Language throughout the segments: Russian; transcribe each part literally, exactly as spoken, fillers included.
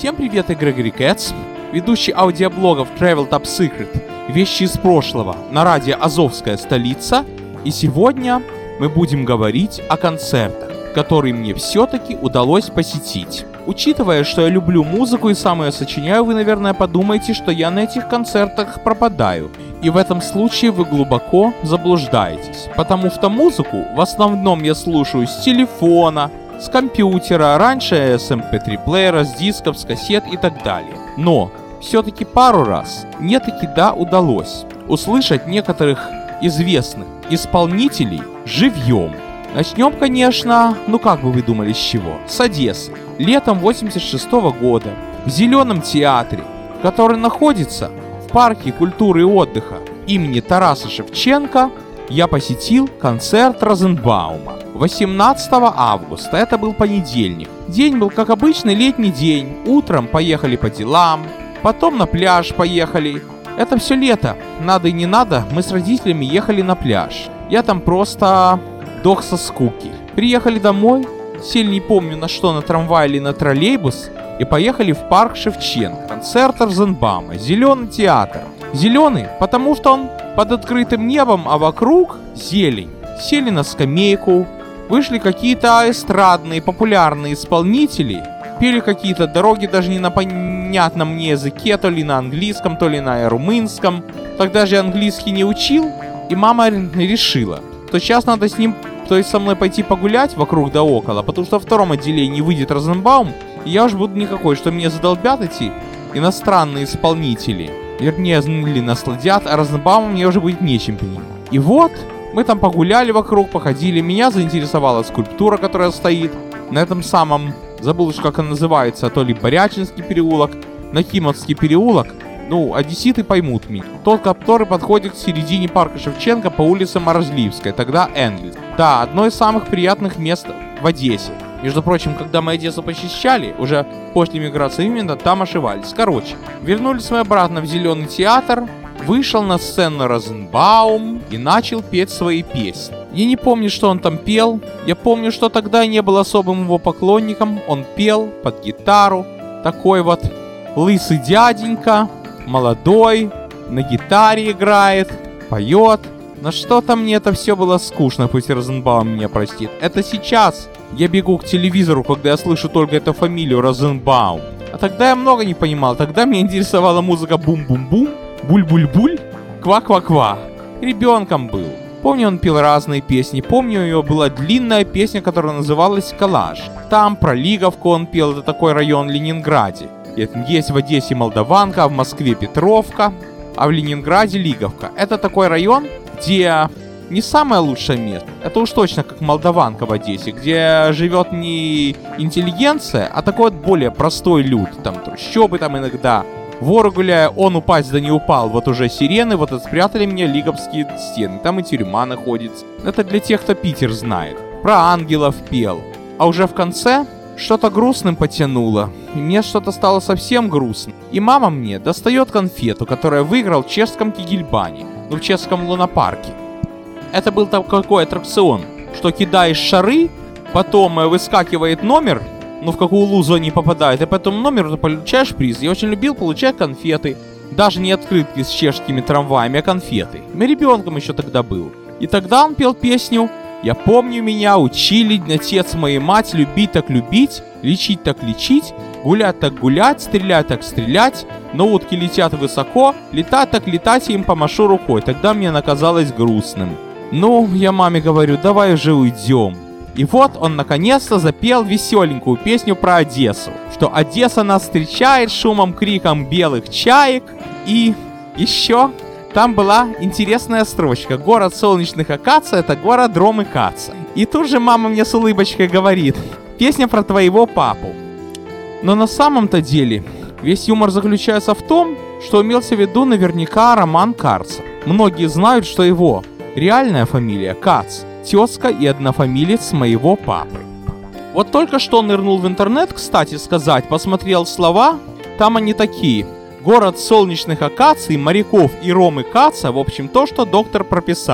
Всем привет, я Грегори Кэтс, ведущий аудиоблогов Travel Top Secret, вещи из прошлого на радио «Азовская столица», и сегодня мы будем говорить о концертах, которые мне все-таки удалось посетить. Учитывая, что я люблю музыку и сам ее сочиняю, вы, наверное, подумаете, что я на этих концертах пропадаю. И в этом случае вы глубоко заблуждаетесь, потому что музыку в основном я слушаю с телефона, с компьютера, раньше с эм пэ три плеера, с дисков, с кассет и так далее. Но все-таки пару раз мне таки да удалось услышать некоторых известных исполнителей живьем. Начнем, конечно, ну как бы вы думали, с чего? С Одессы. Летом восемьдесят шестого года в Зеленом театре, который находится в парке культуры и отдыха имени Тараса Шевченко, я посетил концерт Розенбаума. восемнадцатого августа, это был понедельник. День был как обычный летний день. Утром поехали по делам, потом на пляж поехали. Это все лето, надо и не надо, мы с родителями ехали на пляж. Я там просто дох со скуки. Приехали домой, сели не помню на что, на трамвай или на троллейбус, и поехали в парк Шевченко. Концерт Розенбаума, Зеленый театр. Зеленый, потому что он под открытым небом, а вокруг зелень. Сели на скамейку, вышли какие-то эстрадные, популярные исполнители, пели какие-то дороги даже не на понятном мне языке, то ли на английском, то ли на румынском. Тогда же английский не учил, и мама решила, что сейчас надо с ним, то есть со мной пойти погулять вокруг да около, потому что во втором отделении выйдет Розенбаум, и я уж буду никакой, что мне задолбят эти иностранные исполнители. Вернее, или насладят, а Розенбауму мне уже будет нечем понимать. И вот, мы там погуляли вокруг, походили, меня заинтересовала скульптура, которая стоит на этом самом, забыл уж как она называется, то ли Борячинский переулок, Нахимовский переулок, ну, одесситы поймут меня. Тот, который подходит к середине парка Шевченко по улице Морозливской, тогда Энгельс. Да, одно из самых приятных мест в Одессе. Между прочим, когда мы Одессу посещали, уже после миграции именно там ошивались. Короче, вернулись мы обратно в Зеленый театр, вышел на сцену Розенбаум и начал петь свои песни. Я не помню, что он там пел, я помню, что тогда я не был особым его поклонником, он пел под гитару, такой вот лысый дяденька, молодой, на гитаре играет, поет. Но что-то мне это все было скучно, пусть Розенбаум меня простит. Это сейчас я бегу к телевизору, когда я слышу только эту фамилию Розенбаум. А тогда я много не понимал, тогда меня интересовала музыка бум-бум-бум, буль-буль-буль, ква-ква-ква. Ребенком был. Помню, он пел разные песни. Помню, у него была длинная песня, которая называлась «Коллаж». Там про Лиговку он пел, это такой район в Ленинграде. Есть в Одессе Молдаванка, а в Москве Петровка, а в Ленинграде Лиговка. Это такой район, где не самое лучшее место. Это уж точно как Молдаванка в Одессе, где живет не интеллигенция, а такой вот более простой люд. Там трущобы там иногда. Воры гуляя, он упасть да не упал. Вот уже сирены, вот и спрятали мне лиговские стены. Там и тюрьма находится. Это для тех, кто Питер знает. Про ангелов пел. А уже в конце что-то грустным потянуло. И мне что-то стало совсем грустно. И мама мне достает конфету, которую выиграл в чешском Кигельбане. Ну, в чешском лунопарке. Это был такой аттракцион, что кидаешь шары, потом выскакивает номер, ну в какую лузу они попадают, и по этому номеру ты получаешь приз. Я очень любил получать конфеты. Даже не открытки с чешскими трамваями, а конфеты. Я ребенком еще тогда был. И тогда он пел песню «Я помню, меня учили отец моей мать любить так любить, лечить так лечить, гулять так гулять, стрелять так стрелять, но утки летят высоко, летать так летать, и им помашу рукой». Тогда мне оказалось грустным. Ну, я маме говорю, давай уже уйдем. И вот он наконец-то запел веселенькую песню про Одессу. Что Одесса нас встречает шумом, криком белых чаек. И еще там была интересная строчка. Город солнечных акаций — это город Ромы Каца. И тут же мама мне с улыбочкой говорит: песня про твоего папу. Но на самом-то деле весь юмор заключается в том, что имелся в виду наверняка Роман Карца. Многие знают, что его реальная фамилия Кац, тезка и однофамилец моего папы. Вот только что нырнул в интернет, кстати сказать, посмотрел слова, там они такие: город солнечных акаций, моряков и Ромы Каца, в общем то, что доктор прописал.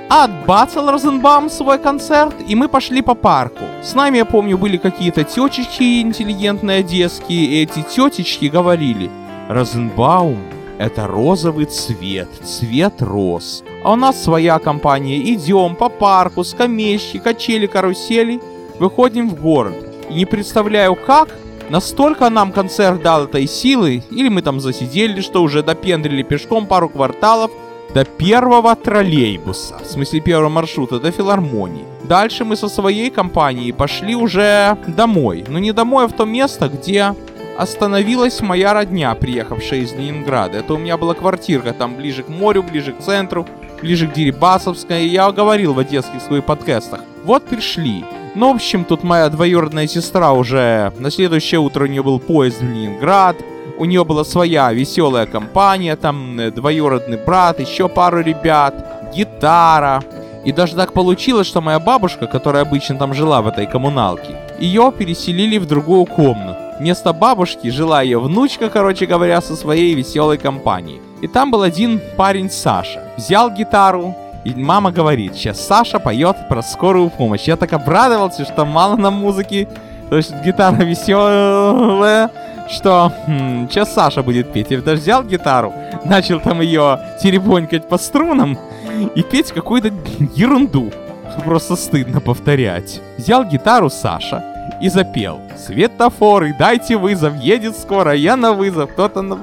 Отбацал Розенбаум свой концерт, и мы пошли по парку. С нами, я помню, были какие-то тетечки интеллигентные одесские, и эти тетечки говорили: Розенбаум — это розовый цвет, цвет роз. А у нас своя компания, идем по парку, скамейки, качели, карусели, выходим в город. И не представляю как, настолько нам концерт дал этой силы, или мы там засидели, что уже допендрили пешком пару кварталов до первого троллейбуса, в смысле первого маршрута, до филармонии. Дальше мы со своей компанией пошли уже домой. Но не домой, а в то место, где остановилась моя родня, приехавшая из Ленинграда. Это у меня была квартирка там ближе к морю, ближе к центру, ближе к Дерибасовской. И я говорил в одесских своих подкастах. Вот пришли. Ну, в общем, тут моя двоюродная сестра уже... На следующее утро у нее был поезд в Ленинград. У нее была своя веселая компания. Там двоюродный брат, еще пару ребят, гитара. И даже так получилось, что моя бабушка, которая обычно там жила в этой коммуналке, ее переселили в другую комнату. Вместо бабушки жила ее внучка, короче говоря, со своей веселой компанией. И там был один парень, Саша. Взял гитару, и мама говорит: сейчас Саша поет про скорую помощь. Я так обрадовался, что мало нам музыки, то есть гитара веселая, что хм, сейчас Саша будет петь. Я даже взял гитару, начал там ее теребонькать по струнам и петь какую-то ерунду. Просто стыдно повторять. Взял гитару Саша и запел: светофоры, дайте вызов, едет скоро, я на вызов, кто-то на...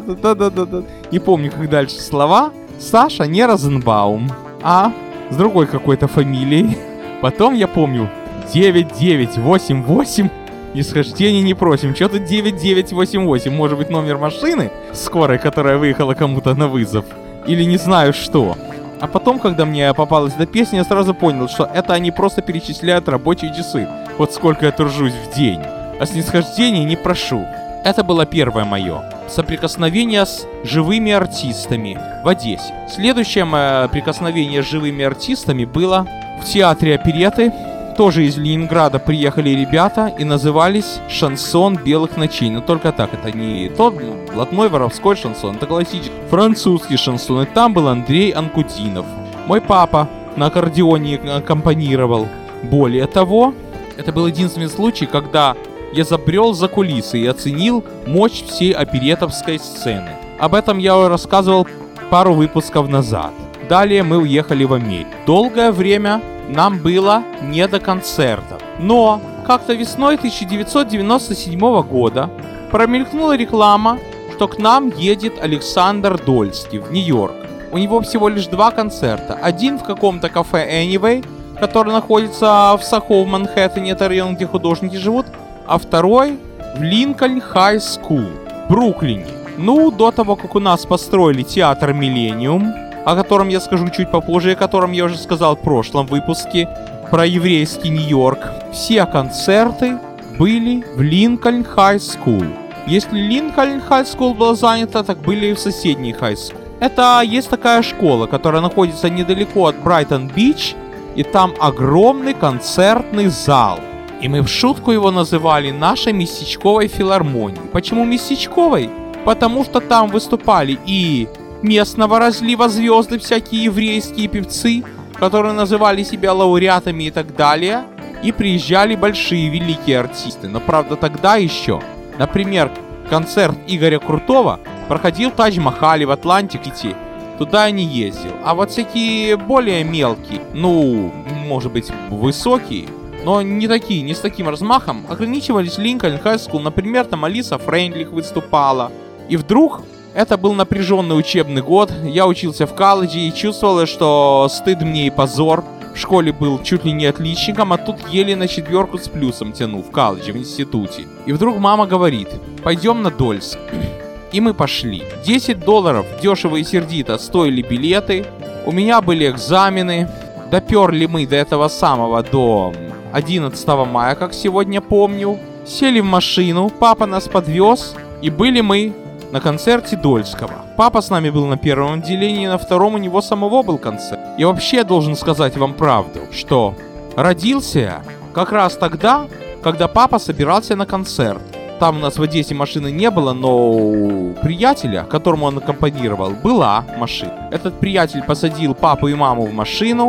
Не помню, как дальше слова. Саша не Розенбаум, а с другой какой-то фамилией. Потом я помню девять девять восемь восемь. Нисхождения не просим. Что тут девять девять восемь восемь? Может быть, номер машины скорой, которая выехала кому-то на вызов? Или не знаю что. А потом, когда мне попалась эта песня, я сразу понял, что это они просто перечисляют рабочие часы. Вот сколько я тружусь в день. А снисхождения не прошу. Это было первое мое соприкосновение с живыми артистами в Одессе. Следующее мое прикосновение с живыми артистами было в театре оперетты. Тоже из Ленинграда приехали ребята и назывались «Шансон белых ночей». Но только так, это не тот блатной воровской шансон, это классический французский шансон. И там был Андрей Анкудинов. Мой папа на аккордеоне аккомпанировал. Более того, это был единственный случай, когда я забрел за кулисы и оценил мощь всей оперетовской сцены. Об этом я рассказывал пару выпусков назад. Далее мы уехали в Америку. Долгое время нам было не до концертов. Но как-то весной тысяча девятьсот девяносто седьмого года промелькнула реклама, что к нам едет Александр Дольский в Нью-Йорк. У него всего лишь два концерта. Один в каком-то кафе Anyway, который находится в Сохо, в Манхэттене, это район, где художники живут. А второй в Линкольн Хай Скул, в Бруклине. Ну, до того, как у нас построили театр Миллениум, о котором я скажу чуть попозже, о котором я уже сказал в прошлом выпуске, про еврейский Нью-Йорк, все концерты были в Линкольн Хай Скул. Если Линкольн Хай Скул была занята, так были и в соседней Хай Скул. Это есть такая школа, которая находится недалеко от Брайтон-Бич, и там огромный концертный зал. И мы в шутку его называли нашей местечковой филармонией. Почему местечковой? Потому что там выступали и местного разлива звезды, всякие еврейские певцы, которые называли себя лауреатами и так далее. И приезжали большие великие артисты. Но правда тогда еще, например, концерт Игоря Крутого проходил в Тадж-Махале в Атлантик-Сити. Туда я не ездил. А вот всякие более мелкие, ну, может быть, высокие, но не такие, не с таким размахом, ограничивались Линкольн Хай Скул. Например, там Алиса Фрейндлих выступала. И вдруг, это был напряженный учебный год, я учился в колледже и чувствовал, что стыд мне и позор. В школе был чуть ли не отличником, а тут еле на четверку с плюсом тяну в колледже, в институте. И вдруг мама говорит: пойдем на Дольск. И мы пошли. десять долларов дешево и сердито стоили билеты. У меня были экзамены. Доперли мы до этого самого, до одиннадцатого мая, как сегодня помню. Сели в машину, папа нас подвез, и были мы на концерте Дольского. Папа с нами был на первом отделении, на втором у него самого был концерт. И вообще я должен сказать вам правду, что родился я как раз тогда, когда папа собирался на концерт. Там у нас в Одессе машины не было, но у приятеля, которому он аккомпанировал, была машина. Этот приятель посадил папу и маму в машину,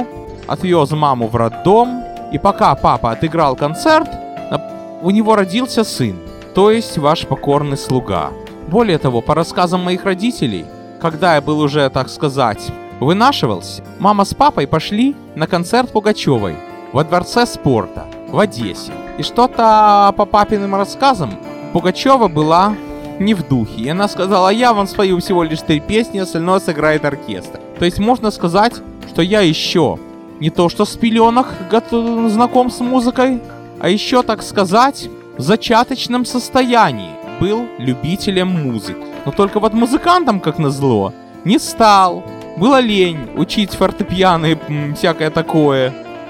отвез маму в роддом, и пока папа отыграл концерт, у него родился сын, то есть ваш покорный слуга. Более того, по рассказам моих родителей, когда я был уже, так сказать, вынашивался, мама с папой пошли на концерт Пугачевой во Дворце спорта в Одессе. И что-то по папиным рассказам Пугачева была не в духе. И она сказала: я вам спою всего лишь три песни, остальное сыграет оркестр. То есть можно сказать, что я еще не то что с пеленок готов, знаком с музыкой, а еще, так сказать, в зачаточном состоянии был любителем музыки. Но только вот музыкантом, как назло, не стал. Было лень учить фортепиано и всякое такое.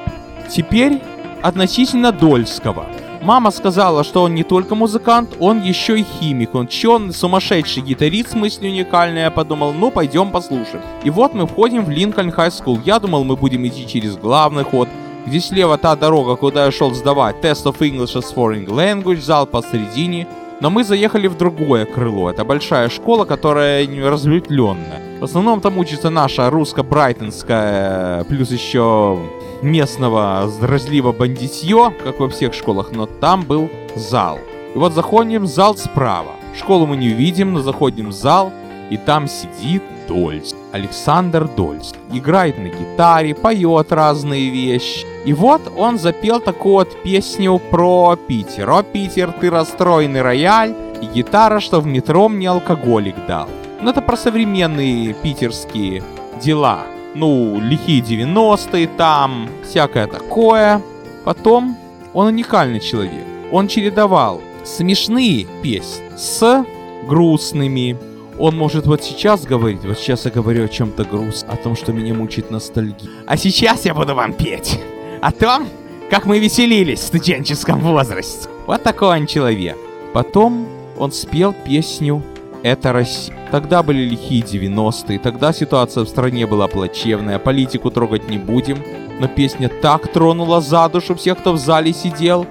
Теперь относительно Дольского. Мама сказала, что он не только музыкант, он еще и химик. Он чё, сумасшедший гитарист, в смысле уникальный. Я подумал, ну пойдем послушаем. И вот мы входим в Линкольн Хай Скул. Я думал, мы будем идти через главный ход, где слева та дорога, куда я шел сдавать Test of English as Foreign Language, зал посередине. Но мы заехали в другое крыло. Это большая школа, которая разветвленная. В основном там учится наша русско-брайтонская, плюс еще местного разлива бандитье, как во всех школах, но там был зал. И вот заходим в зал справа. Школу мы не увидим, но заходим в зал, и там сидит Дольский. Александр Дольский. Играет на гитаре, поет разные вещи. И вот он запел такую вот песню про Питер. О, Питер, ты расстроенный рояль, и гитара, что в метро мне алкоголик дал. Ну, это про современные питерские дела. Ну, лихие девяностые там, всякое такое. Потом, он уникальный человек. Он чередовал смешные песни с грустными. Он может вот сейчас говорить, вот сейчас я говорю о чем-то грустном, о том, что меня мучает ностальгия. А сейчас я буду вам петь о том, как мы веселились в студенческом возрасте. Вот такой он человек. Потом он спел песню «Это Россия». Тогда были лихие девяностые, тогда ситуация в стране была плачевная, политику трогать не будем. Но песня так тронула за душу всех, кто в зале сидел,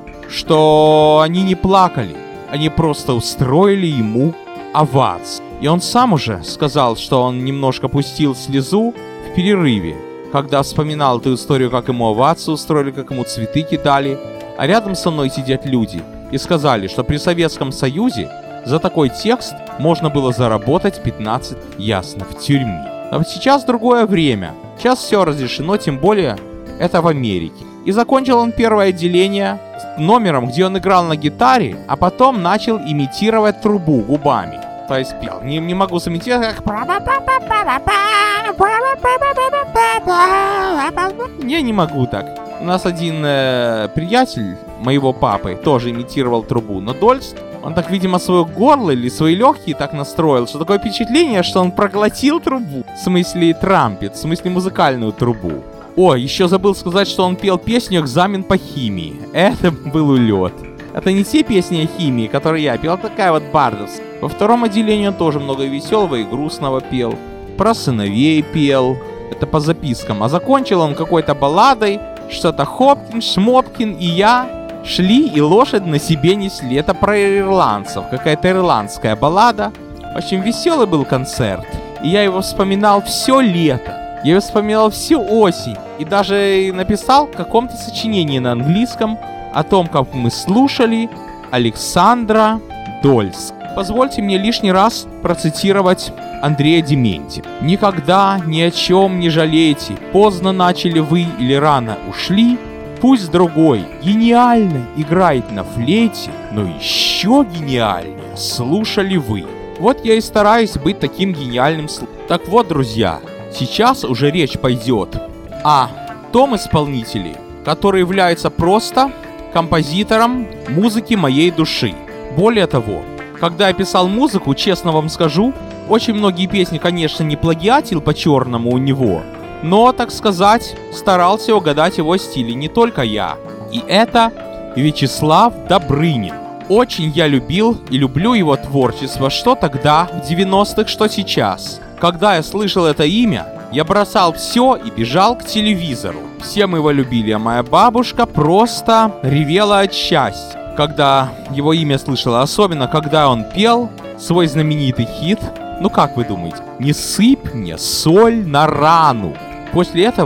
что они не плакали. Они просто устроили ему овацию. И он сам уже сказал, что он немножко пустил слезу в перерыве, когда вспоминал эту историю, как ему овацию устроили, как ему цветы кидали. А рядом со мной сидят люди и сказали, что при Советском Союзе за такой текст можно было заработать пятнадцать ясно в тюрьме. А вот сейчас другое время. Сейчас все разрешено, тем более это в Америке. И закончил он первое отделение номером, где он играл на гитаре, а потом начал имитировать трубу губами. То есть пел. Не, не могу сымитировать, как... Я не могу так. У нас один э, приятель моего папы тоже имитировал трубу, но Дольс, он так, видимо, свое горло или свои легкие так настроил, что такое впечатление, что он проглотил трубу. В смысле трампет, в смысле музыкальную трубу. О, еще забыл сказать, что он пел песню «Экзамен по химии». Это был улет. Это не те песни о химии, которые я пел, а такая вот бардовская. Во втором отделении он тоже много веселого и грустного пел. Про сыновей пел. Это по запискам. А закончил он какой-то балладой. Что-то Хопкин, Шмопкин и я шли и лошадь на себе несли. Это про ирландцев. Какая-то ирландская баллада. В общем, веселый был концерт. И я его вспоминал все лето. Я его вспоминал всю осень. И даже написал в каком-то сочинении на английском о том, как мы слушали Александра Дольского. Позвольте мне лишний раз процитировать Андрея Дементьева. «Никогда ни о чем не жалейте, поздно начали вы или рано ушли, пусть другой гениально играет на флейте, но еще гениальнее слушали вы». Вот я и стараюсь быть таким гениальным слушателем. Так вот, друзья, сейчас уже речь пойдет о том исполнителе, который является просто композитором музыки моей души. Более того, когда я писал музыку, честно вам скажу, очень многие песни, конечно, не плагиатил по-черному у него, но, так сказать, старался угадать его стиль, и не только я. И это Вячеслав Добрынин. Очень я любил и люблю его творчество, что тогда, в девяностых, что сейчас. Когда я слышал это имя, я бросал все и бежал к телевизору. Все мы его любили, а моя бабушка просто ревела от счастья, когда его имя слышала, особенно когда он пел свой знаменитый хит. Ну как вы думаете? «Не сыпь мне соль на рану». После этого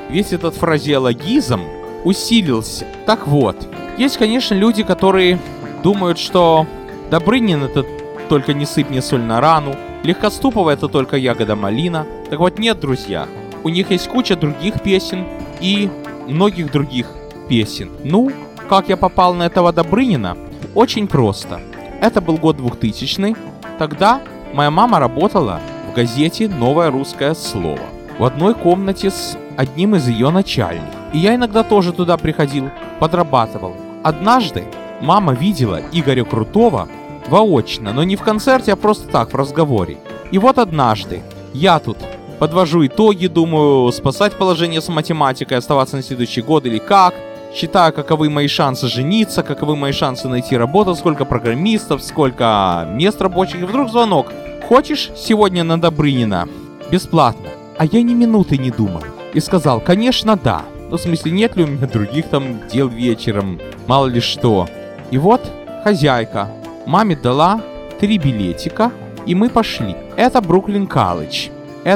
весь этот фразеологизм усилился. Так вот, есть, конечно, люди, которые думают, что Добрынин — это только не сыпь мне соль на рану, Легкоступова — это только ягода малина. Так вот нет, друзья, у них есть куча других песен и многих других песен. Ну, как я попал на этого Добрынина? Очень просто. Это был год двухтысячный. Тогда моя мама работала в газете «Новое русское слово» в одной комнате с одним из ее начальников. И я иногда тоже туда приходил, подрабатывал. Однажды мама видела Игоря Крутого воочно, но не в концерте, а просто так, в разговоре. И вот однажды я тут подвожу итоги, думаю, спасать положение с математикой, оставаться на следующий год или как. Считаю, каковы мои шансы жениться, каковы мои шансы найти работу, сколько программистов, сколько мест рабочих. И вдруг звонок. Хочешь сегодня на Добрынина? Бесплатно. А я ни минуты не думал. И сказал, конечно, да. Ну, в смысле, нет ли у меня других там дел вечером, мало ли что. И вот хозяйка маме дала три билетика, и мы пошли. Это Бруклин Колледж.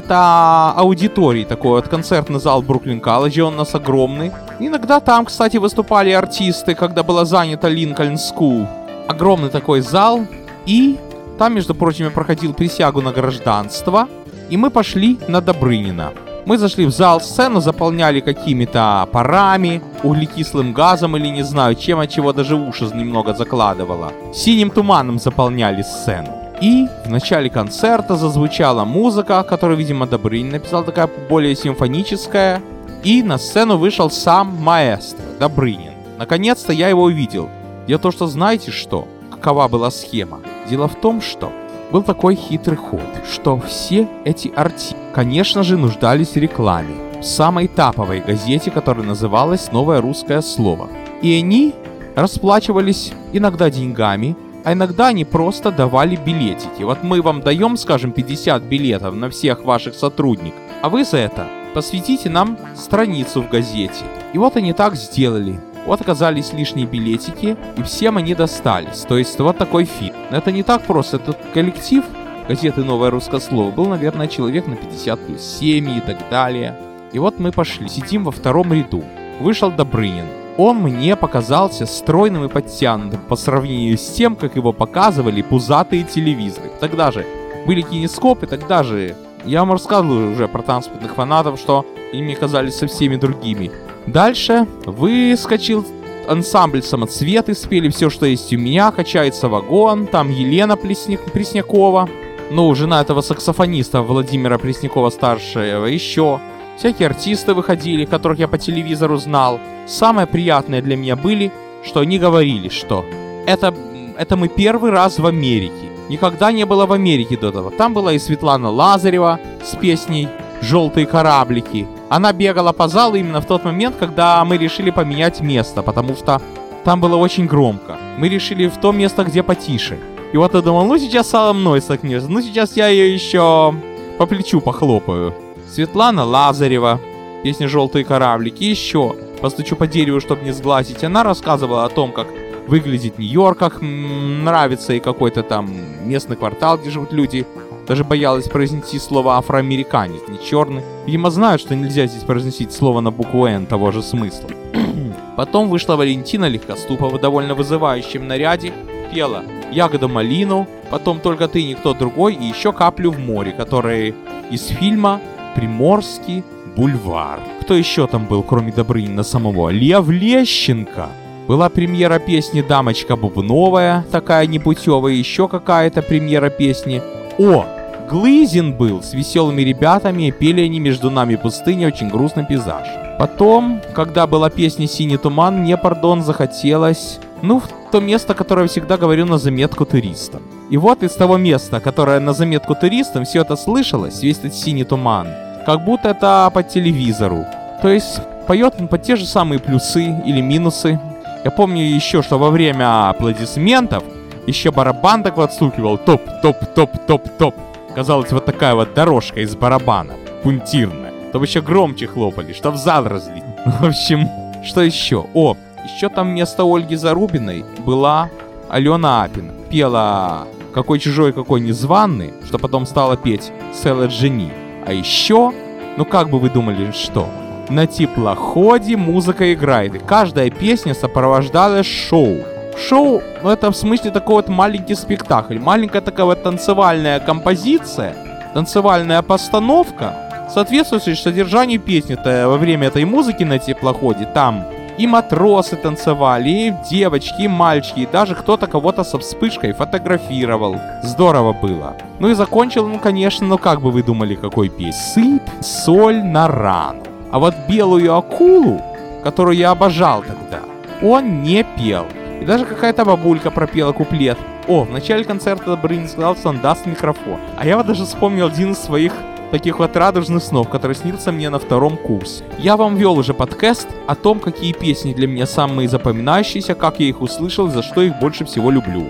Это аудиторий такой, вот концертный зал Бруклин Колледжа, он у нас огромный. Иногда там, кстати, выступали артисты, когда была занята Линкольн Скул. Огромный такой зал. И там, между прочим, проходил присягу на гражданство. И мы пошли на Добрынина. Мы зашли в зал, сцену заполняли какими-то парами, углекислым газом или не знаю чем, от чего даже уши немного закладывало. Синим туманом заполняли сцену. И в начале концерта зазвучала музыка, которую, видимо, Добрынин написал, такая более симфоническая. И на сцену вышел сам маэстро, Добрынин. Наконец-то я его увидел. Дело в том, что знаете что? Какова была схема? Дело в том, что был такой хитрый ход, что все эти артисты, конечно же, нуждались в рекламе в самой таповой газете, которая называлась «Новое русское слово». И они расплачивались иногда деньгами, а иногда они просто давали билетики. Вот мы вам даем, скажем, пятьдесят билетов на всех ваших сотрудников, а вы за это посвятите нам страницу в газете. И вот они так сделали. Вот оказались лишние билетики, и всем они достались. То есть вот такой фильм. Но это не так просто. Этот коллектив газеты «Новое русское слово» был, наверное, человек на пятьдесят плюс, семьи и так далее. И вот мы пошли. Сидим во втором ряду. Вышел Добрынин. Он мне показался стройным и подтянутым по сравнению с тем, как его показывали пузатые телевизоры. Тогда же были кинескопы, тогда же... Я вам рассказывал уже про транспортных фанатов, что они мне казались совсем другими. Дальше выскочил ансамбль «Самоцветы», спели «Все, что есть у меня», «Качается вагон», там Елена Плесняк... Преснякова, ну, жена этого саксофониста Владимира Преснякова-старшего, еще. Всякие артисты выходили, которых я по телевизору знал. Самое приятное для меня были, что они говорили, что это, это мы первый раз в Америке. Никогда не было в Америке до этого. Там была и Светлана Лазарева с песней «Желтые кораблики». Она бегала по залу именно в тот момент, когда мы решили поменять место, потому что там было очень громко. Мы решили в то место, где потише. И вот я думал, ну сейчас со мной столкнется, ну сейчас я ее еще по плечу похлопаю. Светлана Лазарева, песня «Желтые кораблики», еще постучу по дереву, чтобы не сглазить. Она рассказывала о том, как выглядит Нью-Йорк, как м- нравится и какой-то там местный квартал, где живут люди. Даже боялась произнести слово «афроамериканец», не черный. Видимо, знают, что нельзя здесь произносить слово на букву «Н» того же смысла. Потом вышла Валентина Легкоступова в довольно вызывающем наряде, пела «Ягоду малину», потом «Только ты, никто другой» и еще «Каплю в море», которые из фильма «Приморский бульвар». Кто еще там был, кроме Добрынина самого? Лев Лещенко. Была премьера песни «Дамочка Бубновая», такая непутевая, еще какая-то премьера песни. О, Глызин был с веселыми ребятами, пели они «Между нами пустыня», очень грустный пейзаж. Потом, когда была песня «Синий туман», мне, пардон, захотелось, ну, в то место, которое я всегда говорю на заметку туристам. И вот из того места, которое на заметку туристам, все это слышалось, весь этот «Синий туман», как будто это по телевизору. То есть поет он под те же самые плюсы или минусы. Я помню еще, что во время аплодисментов еще барабан так вот стукивал топ, топ, топ, топ, топ. Казалось, вот такая вот дорожка из барабана, пунктирная. Чтобы еще громче хлопали, чтоб зал разлить. В общем, что еще? О, еще там вместо Ольги Зарубиной была Алена Апина. Пела «Какой чужой, какой незваный», что потом стала петь «Сэла Джени». А еще, ну как бы вы думали, что? На теплоходе музыка играет, и каждая песня сопровождалась шоу. Шоу, ну это в смысле такой вот маленький спектакль, маленькая такая вот танцевальная композиция, танцевальная постановка, соответствующая содержанию песни-то во время этой музыки на теплоходе. Там и матросы танцевали, и девочки, и мальчики, и даже кто-то кого-то со вспышкой фотографировал. Здорово было. Ну и закончил, ну конечно, ну как бы вы думали, какой песней? «Сыпь соль на рану». А вот «Белую акулу», которую я обожал тогда, он не пел. И даже какая-то бабулька пропела куплет. О, в начале концерта Добрынин сказал, что он даст микрофон. А я вот даже вспомнил один из своих таких вот радужных снов, который снился мне на втором курсе. Я вам вел уже подкаст о том, какие песни для меня самые запоминающиеся, как я их услышал и за что их больше всего люблю.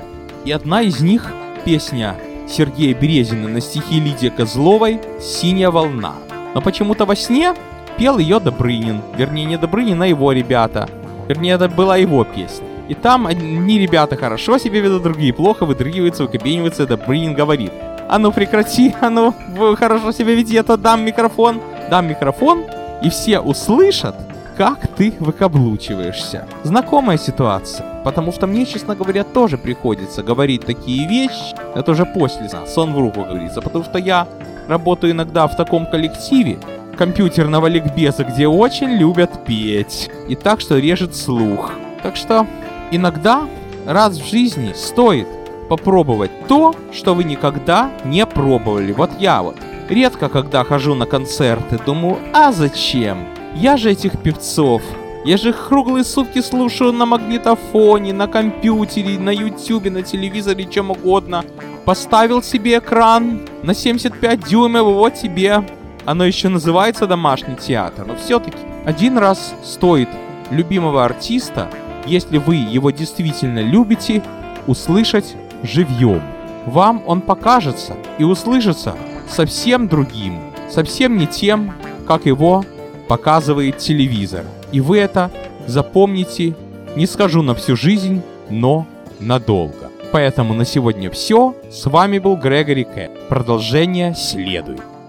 И одна из них — песня Сергея Березина на стихи Лидии Козловой «Синяя волна». Но почему-то во сне пел ее Добрынин. Вернее, не Добрынин, а его ребята. Вернее, это была его песня. И там одни ребята хорошо себя ведут, другие плохо, выдрыгиваются, выкобениваются, Добрынин говорит: а ну прекрати, а ну вы хорошо себя веди, я то дам микрофон. Дам микрофон, и все услышат, как ты выкаблучиваешься. Знакомая ситуация, потому что мне, честно говоря, тоже приходится говорить такие вещи. Это уже после сон в руку говорится, потому что я работаю иногда в таком коллективе компьютерного ликбеза, где очень любят петь. И так, что режет слух. Так что иногда раз в жизни стоит попробовать то, что вы никогда не пробовали. Вот я вот редко, когда хожу на концерты, думаю, а зачем? Я же этих певцов, я же их круглые сутки слушаю на магнитофоне, на компьютере, на ютубе, на телевизоре, чем угодно. Поставил себе экран на семьдесят пять дюймов, вот тебе. Оно еще называется домашний театр. Но все-таки один раз стоит любимого артиста, если вы его действительно любите, услышать живьем. Вам он покажется и услышится совсем другим, совсем не тем, как его показывает телевизор. И вы это запомните, не скажу на всю жизнь, но надолго. Поэтому на сегодня все. С вами был Грегори Кэп. Продолжение следует.